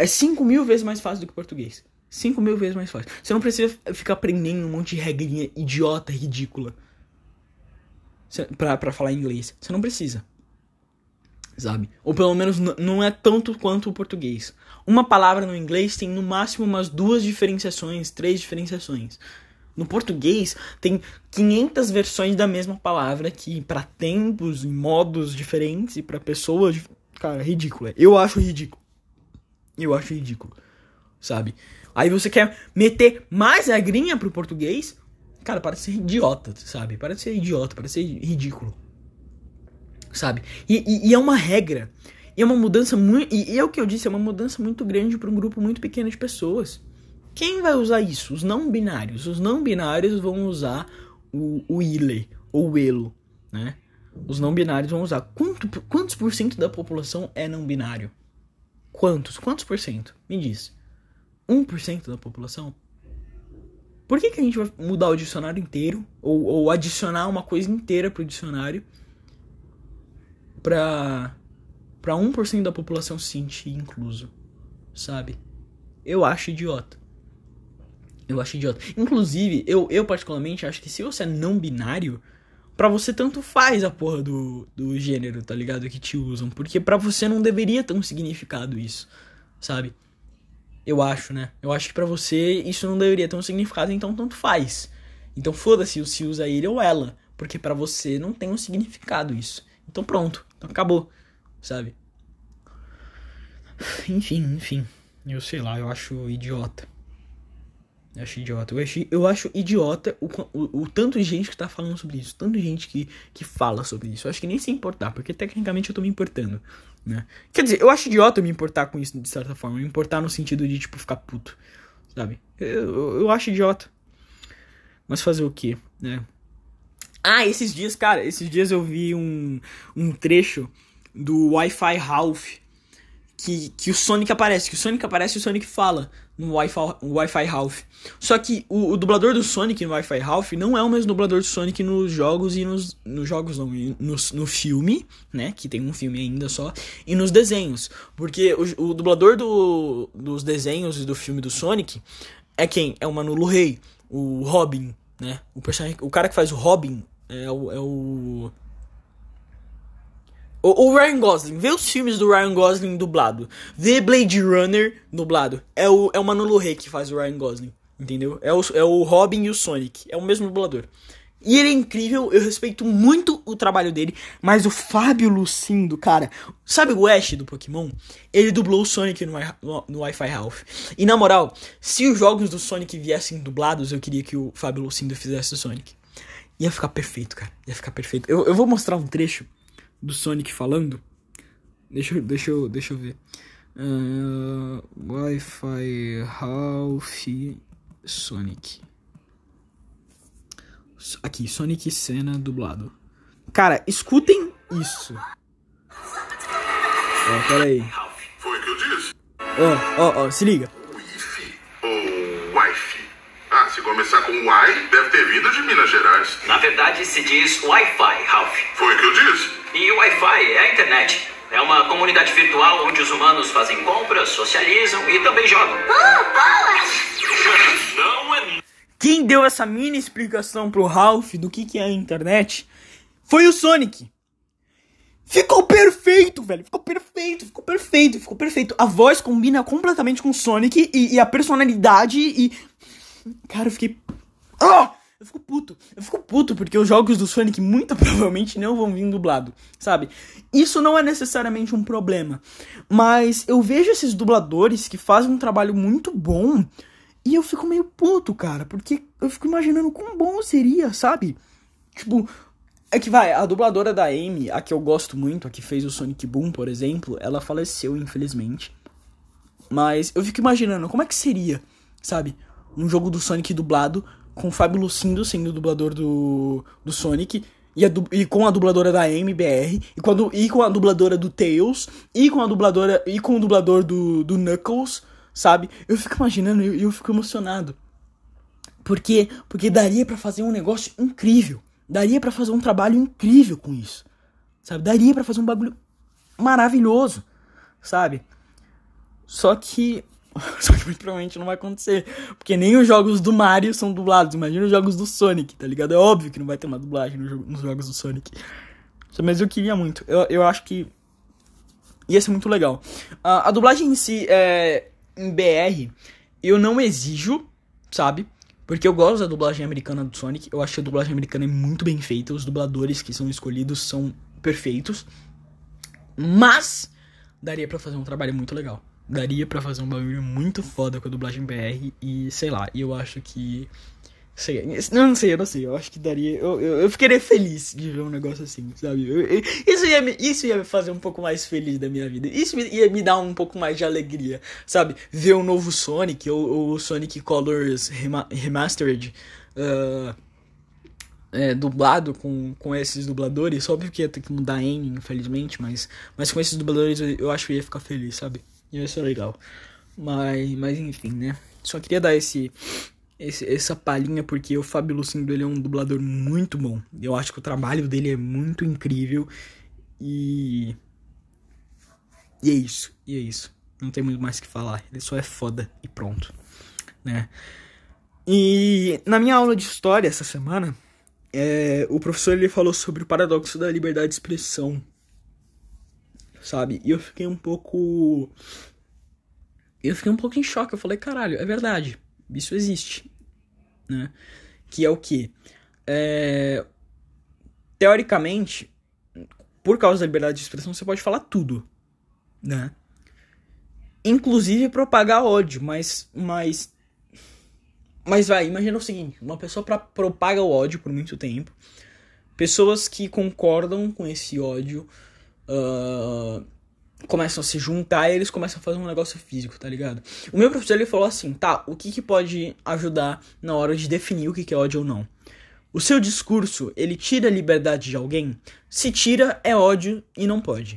É 5.000 vezes mais fácil do que o português. 5.000 vezes mais fácil. Você não precisa ficar aprendendo um monte de regrinha idiota, ridícula. Pra falar inglês. Você não precisa. Sabe? Ou pelo menos não é tanto quanto o português. Uma palavra no inglês tem no máximo umas 2 diferenciações, 3 diferenciações. No português tem 500 versões da mesma palavra que para tempos e modos diferentes e para pessoas... Cara, ridículo. Eu acho ridículo. Sabe? Aí você quer meter mais regrinha pro português? Cara, parece ser idiota, sabe? Parece ser ridículo. Sabe? E é uma regra. E é uma mudança muito... E é o que eu disse, é uma mudança muito grande para um grupo muito pequeno de pessoas. Quem vai usar isso? Os não binários. Os não binários vão usar o ILE, ou o ELO, né? Os não binários vão usar. Quantos por cento da população é não binário? Quantos por cento? Me diz. 1% da população? Por que a gente vai mudar o dicionário inteiro? Ou adicionar uma coisa inteira pro dicionário pra 1% da população se sentir incluso? Sabe? Eu acho idiota. Inclusive, eu particularmente acho que se você é não binário, pra você tanto faz a porra do gênero, tá ligado? Que te usam. Porque pra você não deveria ter um significado isso, sabe? Eu acho, né? Eu acho que pra você isso não deveria ter um significado, então tanto faz. Então foda-se se usa ele ou ela. Porque pra você não tem um significado isso. Então pronto. Então acabou, sabe? Enfim. Eu sei lá, eu acho idiota. Eu acho idiota o tanto de gente que tá falando sobre isso. Tanto de gente que fala sobre isso. Eu acho que nem se importar, porque tecnicamente eu tô me importando, né? Quer dizer, eu acho idiota me importar com isso de certa forma. Me importar no sentido de, tipo, ficar puto, sabe? Eu acho idiota. Mas fazer o quê, né? Ah, esses dias eu vi um trecho do Wi-Fi Ralph. Que o Sonic aparece. E o Sonic fala no Wi-Fi Ralph. Só que o dublador do Sonic no Wi-Fi Ralph não é o mesmo dublador do Sonic nos jogos e no filme, né? Que tem um filme ainda só. E nos desenhos. Porque o dublador dos desenhos e do filme do Sonic é quem? É o Manolo Rey, o Robin, né? O cara que faz o Robin é o Ryan Gosling. Vê os filmes do Ryan Gosling dublado. Vê Blade Runner dublado. É o Manolo Rey que faz o Ryan Gosling. Entendeu? É o Robin e o Sonic. É o mesmo dublador. E ele é incrível. Eu respeito muito o trabalho dele. Mas o Fábio Lucindo, cara... Sabe o Ash do Pokémon? Ele dublou o Sonic no Wi-Fi Ralph. E na moral, se os jogos do Sonic viessem dublados, eu queria que o Fábio Lucindo fizesse o Sonic. Ia ficar perfeito, cara. Ia ficar perfeito. Eu vou mostrar um trecho do Sonic falando. Deixa eu ver. Wi-Fi Ralph Sonic. Aqui, Sonic cena dublado. Cara, escutem isso. Pera aí. Foi o que eu disse? Se liga. Wi-Fi ou Wi-Fi? Ah, se começar com Wi, deve ter vindo de Minas Gerais. Na verdade, se diz Wi-Fi, Ralph. Foi o que eu disse? E o Wi-Fi é a internet. É uma comunidade virtual onde os humanos fazem compras, socializam e também jogam. Não é... Quem deu essa mini explicação pro Ralph do que é a internet foi o Sonic. Ficou perfeito, velho. Ficou perfeito. A voz combina completamente com o Sonic e a personalidade e... Cara, eu fiquei... Eu fico puto porque os jogos do Sonic muito provavelmente não vão vir dublado, sabe? Isso não é necessariamente um problema. Mas eu vejo esses dubladores que fazem um trabalho muito bom e eu fico meio puto, cara. Porque eu fico imaginando quão bom seria, sabe? Tipo, é que a dubladora da Amy, a que eu gosto muito, a que fez o Sonic Boom, por exemplo, ela faleceu, infelizmente. Mas eu fico imaginando como é que seria, sabe? Um jogo do Sonic dublado com o Fábio Lucindo sendo o dublador do Sonic e com a dubladora da MBR e com a dubladora do Tails e com o dublador do Knuckles, sabe? Eu fico imaginando e eu fico emocionado. Porque daria pra fazer um negócio incrível. Daria pra fazer um trabalho incrível com isso, sabe? Daria pra fazer um bagulho maravilhoso, sabe? Só que muito provavelmente não vai acontecer. Porque nem os jogos do Mario são dublados. Imagina os jogos do Sonic, tá ligado? É óbvio que não vai ter uma dublagem nos jogos do Sonic. Mas eu queria muito. Eu acho que ia ser muito legal. A dublagem em si, em BR, eu não exijo, sabe? Porque eu gosto da dublagem americana do Sonic. Eu acho que a dublagem americana é muito bem feita. Os dubladores que são escolhidos são perfeitos. Mas daria pra fazer um trabalho muito legal. Daria pra fazer um bagulho muito foda com a dublagem BR. E sei lá, eu acho que... Eu não sei. Eu acho que daria... Eu ficaria feliz de ver um negócio assim, sabe? Isso ia me fazer um pouco mais feliz da minha vida. Isso ia me dar um pouco mais de alegria, sabe? Ver um novo Sonic, ou o Sonic Colors Remastered, dublado com esses dubladores. Só porque ia ter que mudar a N, infelizmente, mas com esses dubladores eu acho que eu ia ficar feliz, sabe? Ia ser legal. Mas enfim, né? Só queria dar essa palhinha porque o Fábio Lucindo, ele é um dublador muito bom. Eu acho que o trabalho dele é muito incrível. E é isso. Não tem muito mais o que falar. Ele só é foda e pronto, né? E na minha aula de história essa semana, o professor, ele falou sobre o paradoxo da liberdade de expressão, sabe? E eu fiquei um pouco em choque. Eu falei, caralho, é verdade. Isso existe, né? Que é o quê? Teoricamente, por causa da liberdade de expressão, você pode falar tudo, né? Inclusive propagar ódio, mas vai, imagina o seguinte: uma pessoa propaga o ódio por muito tempo. Pessoas que concordam com esse ódio começam a se juntar e eles começam a fazer um negócio físico, tá ligado? O meu professor, ele falou assim, tá, o que pode ajudar na hora de definir o que é ódio ou não? O seu discurso, ele tira a liberdade de alguém? Se tira, é ódio e não pode.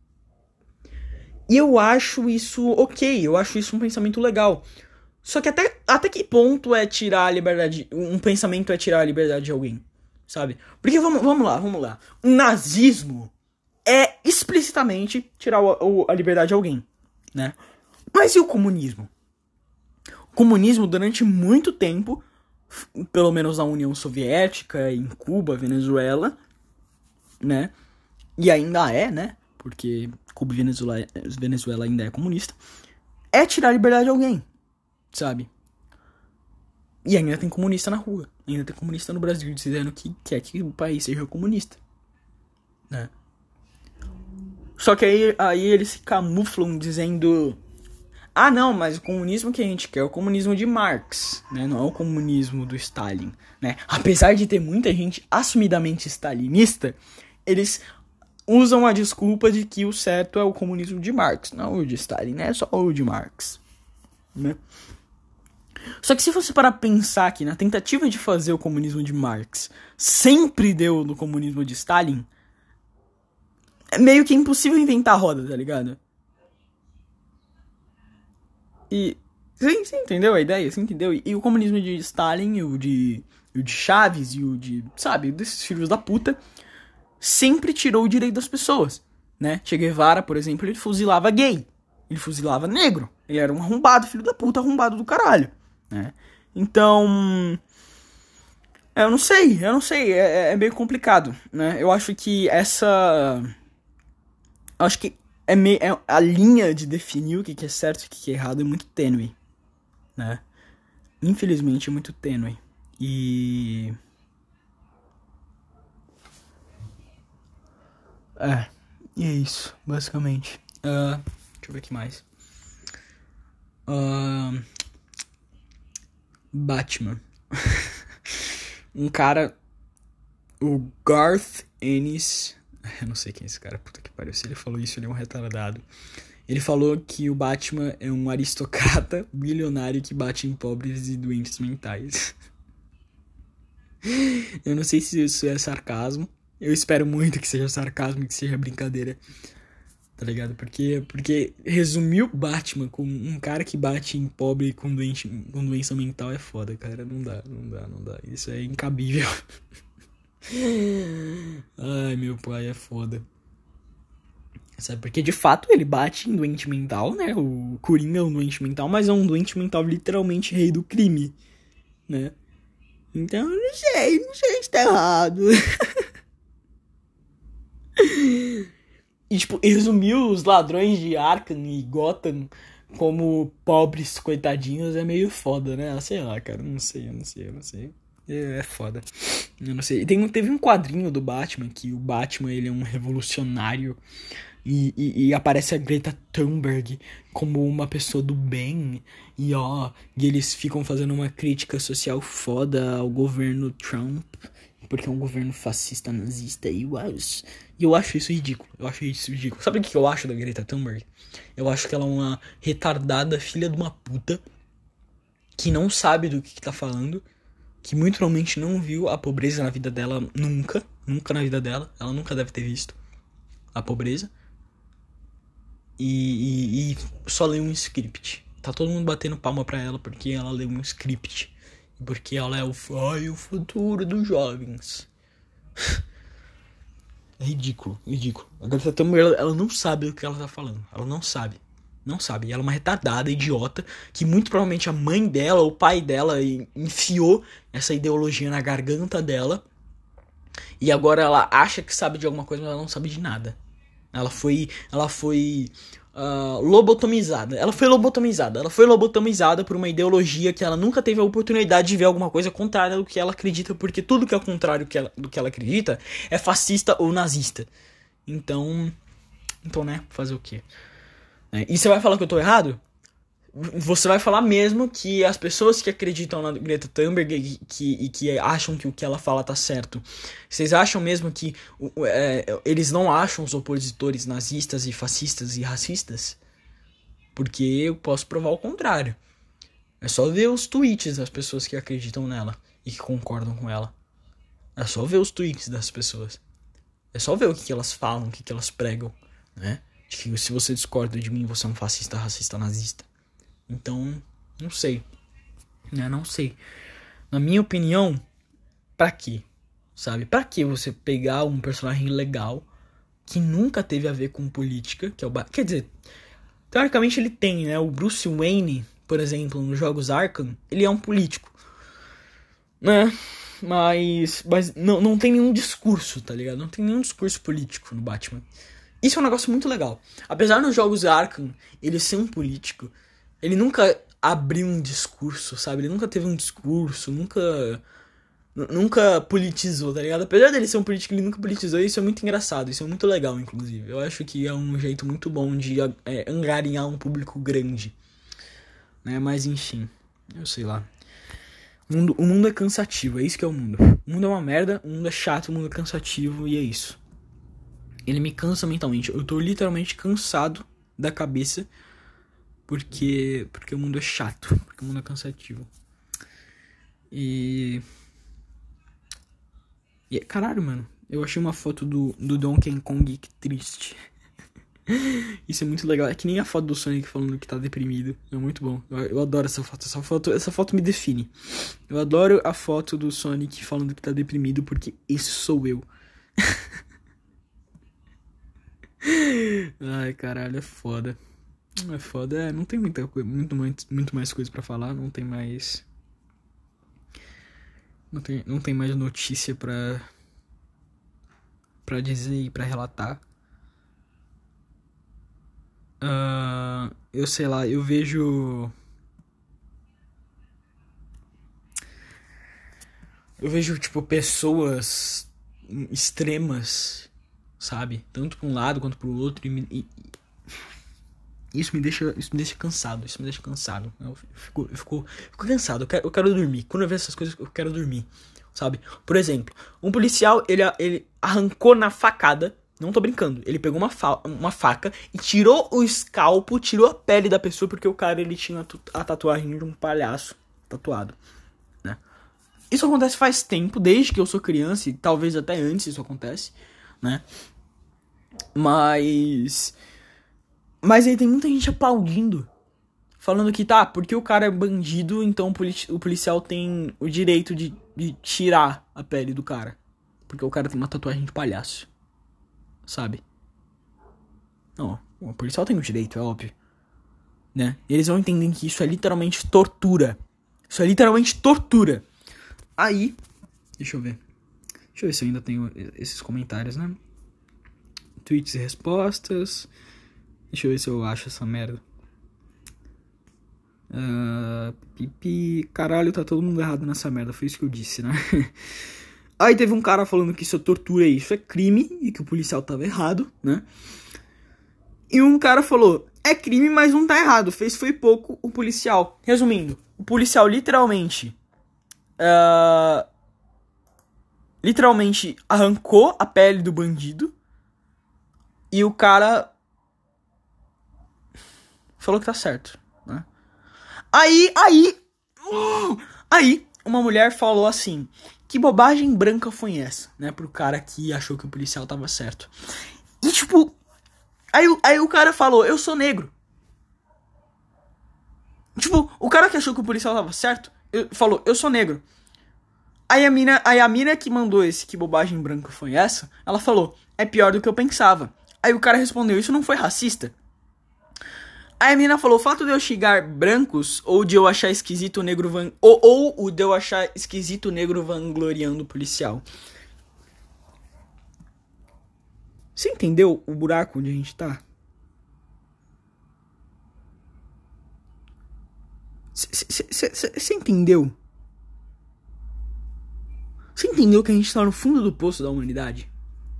E eu acho isso ok, eu acho isso um pensamento legal. Só que até que ponto é tirar a liberdade, um pensamento é tirar a liberdade de alguém, sabe? Porque vamos lá. O nazismo é explicitamente tirar a liberdade de alguém, né? Mas e o comunismo? O comunismo, durante muito tempo, pelo menos na União Soviética, em Cuba, Venezuela, né? E ainda é, né? Porque Cuba e Venezuela ainda é comunista. É tirar a liberdade de alguém, sabe? E ainda tem comunista na rua. Ainda tem comunista no Brasil dizendo que quer que o país seja comunista, né? Só que aí eles se camuflam dizendo... Ah, não, mas o comunismo que a gente quer é o comunismo de Marx, né? Não é o comunismo do Stalin, né? Apesar de ter muita gente assumidamente stalinista, eles usam a desculpa de que o certo é o comunismo de Marx, não o de Stalin, né? É só o de Marx, né? Só que se você parar pra pensar que na tentativa de fazer o comunismo de Marx sempre deu no comunismo de Stalin, é meio que impossível inventar a roda, tá ligado? E você entendeu a ideia? Você entendeu? E o comunismo de Stalin, e o de Chaves, e o de, sabe, desses filhos da puta, sempre tirou o direito das pessoas, né? Che Guevara, por exemplo, ele fuzilava gay, ele fuzilava negro, ele era um arrombado, filho da puta, arrombado do caralho, né? Então, eu não sei, é meio complicado, né? Eu acho que a linha de definir o que é certo e o que é errado é muito tênue, né? Infelizmente é muito tênue. E é isso, basicamente. Deixa eu ver o que mais. Batman. Um cara, o Garth Ennis, eu não sei quem é esse cara, puta que pariu. Se ele falou isso, ele é um retardado. Ele falou que o Batman é um aristocrata bilionário que bate em pobres e doentes mentais. Eu não sei se isso é sarcasmo. Eu espero muito que seja sarcasmo e que seja brincadeira, tá ligado? Porque resumir o Batman com um cara que bate em pobre com doença mental é foda, cara. Não dá. Isso é incabível. Ai, meu pai, é foda. Sabe? Porque de fato ele bate em doente mental, né? O Coringa é um doente mental, mas é um doente mental literalmente rei do crime, né? Então eu não sei se tá errado. E tipo, resumir os ladrões de Arkham e Gotham como pobres coitadinhos é meio foda, né? Sei lá, cara, eu não sei. É foda. Eu não sei. Teve um quadrinho do Batman que o Batman, ele é um revolucionário e aparece a Greta Thunberg como uma pessoa do bem e eles ficam fazendo uma crítica social foda ao governo Trump porque é um governo fascista, nazista e eu acho isso ridículo. Sabe o que eu acho da Greta Thunberg? Eu acho que ela é uma retardada filha de uma puta que não sabe do que tá falando, que muito provavelmente não viu a pobreza na vida dela nunca na vida dela. Ela nunca deve ter visto a pobreza. E só leu um script. Tá todo mundo batendo palma pra ela porque ela leu um script. Porque ela é o futuro dos jovens. É ridículo. A Greta Thunberg, ela não sabe o que ela tá falando. Ela não sabe. E ela é uma retardada, idiota, que muito provavelmente a mãe dela, o pai dela, enfiou essa ideologia na garganta dela. E agora ela acha que sabe de alguma coisa, mas ela não sabe de nada. Ela foi lobotomizada. Ela foi lobotomizada por uma ideologia que ela nunca teve a oportunidade de ver alguma coisa contrária do que ela acredita, porque tudo que é contrário do que ela acredita é fascista ou nazista. Então, né, fazer o quê? E você vai falar que eu tô errado? Você vai falar mesmo que as pessoas que acreditam na Greta Thunberg e que acham que o que ela fala tá certo, vocês acham mesmo que eles não acham os opositores nazistas e fascistas e racistas? Porque eu posso provar o contrário. É só ver os tweets das pessoas que acreditam nela e que concordam com ela. É só ver os tweets das pessoas. É só ver o que elas falam, o que elas pregam, né? De que se você discorda de mim, você é um fascista, racista, nazista. Então, não sei. Não sei. Na minha opinião, pra quê? Sabe? Pra que você pegar um personagem legal que nunca teve a ver com política, que é o Quer dizer, teoricamente ele tem, né? O Bruce Wayne, por exemplo, nos jogos Arkham, ele é um político. Né? Mas não tem nenhum discurso, tá ligado? Não tem nenhum discurso político no Batman. Isso é um negócio muito legal. Apesar nos jogos Arkham ele ser um político, ele nunca abriu um discurso, sabe? Ele nunca teve um discurso, nunca politizou, tá ligado? Apesar dele ser um político, ele nunca politizou, e isso é muito engraçado, isso é muito legal, inclusive. Eu acho que é um jeito muito bom de angariar um público grande, né? Mas enfim, eu sei lá. O mundo é cansativo, é isso que é o mundo. O mundo é uma merda, o mundo é chato, o mundo é cansativo, e é isso. Ele me cansa mentalmente. Eu tô literalmente cansado da cabeça porque o mundo é chato, porque o mundo é cansativo. E caralho, mano, eu achei uma foto do Donkey Kong, que triste. Isso é muito legal. É que nem a foto do Sonic falando que tá deprimido. É muito bom. Eu adoro essa foto. Essa foto me define. Eu adoro a foto do Sonic falando que tá deprimido, porque esse sou eu. Ai, caralho, é foda. É foda, não tem muita coisa, muito mais coisa pra falar, não tem mais notícia pra dizer e pra relatar. Eu sei lá, eu vejo tipo pessoas extremas, sabe? Tanto pra um lado quanto pro outro. E isso me deixa cansado. Eu fico cansado. Eu quero dormir. Quando eu vejo essas coisas, eu quero dormir, sabe? Por exemplo, um policial, ele arrancou na facada. Não tô brincando. Ele pegou uma faca e tirou o escalpo, tirou a pele da pessoa, porque o cara, ele tinha a tatuagem de um palhaço tatuado, né? Isso acontece faz tempo, desde que eu sou criança, e talvez até antes isso acontece, né? Mas aí tem muita gente aplaudindo, falando que tá, porque o cara é bandido, então o policial tem o direito de tirar a pele do cara, porque o cara tem uma tatuagem de palhaço, sabe? Não, o policial tem o direito, é óbvio. Né? Eles vão entender que isso é literalmente tortura. Isso é literalmente tortura. Aí, deixa eu ver se eu ainda tenho esses comentários, né? Tweets e respostas. Deixa eu ver se eu acho essa merda. Caralho, tá todo mundo errado nessa merda. Foi isso que eu disse, né? Aí teve um cara falando que isso é tortura e isso é crime. E que o policial tava errado, né? E um cara falou, é crime, mas não tá errado. Foi pouco o policial. Resumindo, o policial literalmente arrancou a pele do bandido. E o cara falou que tá certo, né? Aí, uma mulher falou assim, que bobagem branca foi essa, né? Pro cara que achou que o policial tava certo. E tipo, aí o cara falou, eu sou negro. Tipo, o cara que achou que o policial tava certo, falou, eu sou negro. Aí a mina que mandou esse que bobagem branca foi essa, ela falou, é pior do que eu pensava. Aí o cara respondeu, isso não foi racista? Aí a mina falou, o fato de eu xingar brancos, ou de eu achar esquisito o negro ou de eu achar esquisito o negro vangloriando o policial. Você entendeu o buraco onde a gente tá? Você entendeu? Você entendeu que a gente tá no fundo do poço da humanidade?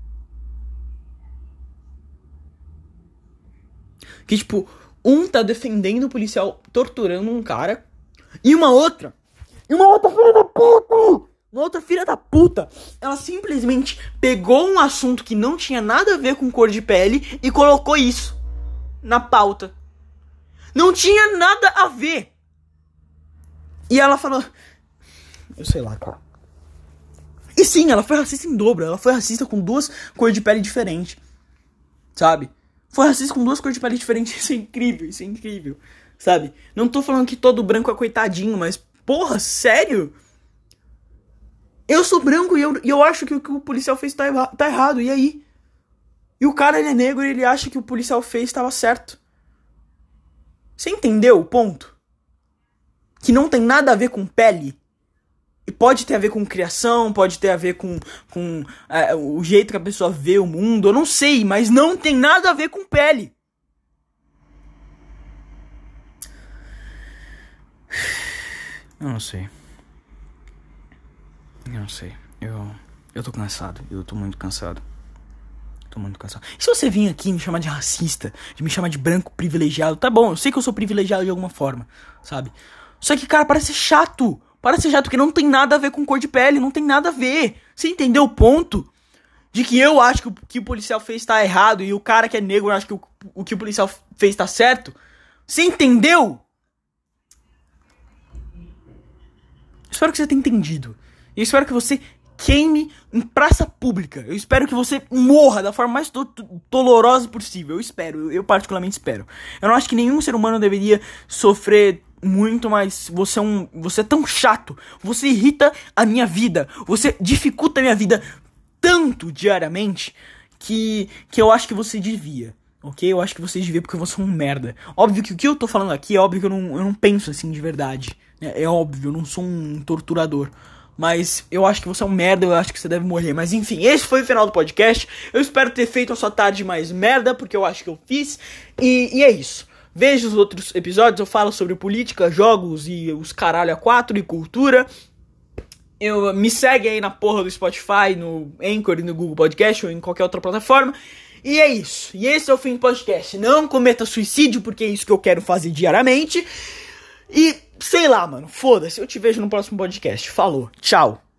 Que tipo, um tá defendendo o policial torturando um cara. E uma outra filha da puta! Uma outra filha da puta! Ela simplesmente pegou um assunto que não tinha nada a ver com cor de pele e colocou isso na pauta. Não tinha nada a ver! E ela falou... Eu sei lá, cara. E sim, ela foi racista em dobro. Ela foi racista com duas cores de pele diferentes. Sabe? Foi racista com duas cores de pele diferentes. Isso é incrível. Sabe? Não tô falando que todo branco é coitadinho, mas... Porra, sério? Eu sou branco e eu acho que o que o policial fez tá errado. E aí? E o cara, ele é negro e ele acha que o policial fez estava certo. Você entendeu o ponto? Que não tem nada a ver com pele. E pode ter a ver com criação, pode ter a ver com o jeito que a pessoa vê o mundo. Eu não sei, mas não tem nada a ver com pele. Eu não sei. Eu tô cansado. Eu tô muito cansado. E se você vir aqui me chamar de racista, de me chamar de branco privilegiado, tá bom, eu sei que eu sou privilegiado de alguma forma, sabe? Só que, cara, parece chato. Parece chato, porque não tem nada a ver com cor de pele, não tem nada a ver. Você entendeu o ponto? De que eu acho que o que o policial fez tá errado e o cara que é negro acha que o que o policial fez tá certo? Você entendeu? Espero que você tenha entendido. E espero que você queime em praça pública. Eu espero que você morra da forma mais dolorosa possível. Eu particularmente espero. Eu não acho que nenhum ser humano deveria sofrer muito, mas você é tão chato. Você irrita a minha vida. Você dificulta a minha vida tanto diariamente que eu acho que você devia. Ok? Eu acho que você devia porque você é um merda. Óbvio que o que eu tô falando aqui é óbvio que eu não penso assim de verdade. É óbvio, eu não sou um torturador. Mas eu acho que você é um merda, eu acho que você deve morrer. Mas enfim, esse foi o final do podcast. Eu espero ter feito a sua tarde mais merda, porque eu acho que eu fiz. E é isso. Veja os outros episódios, eu falo sobre política, jogos e os caralho a quatro e cultura. Me segue aí na porra do Spotify, no Anchor e no Google Podcast ou em qualquer outra plataforma. E é isso. E esse é o fim do podcast. Não cometa suicídio, porque é isso que eu quero fazer diariamente. E sei lá, mano, foda-se. Eu te vejo no próximo podcast. Falou, tchau.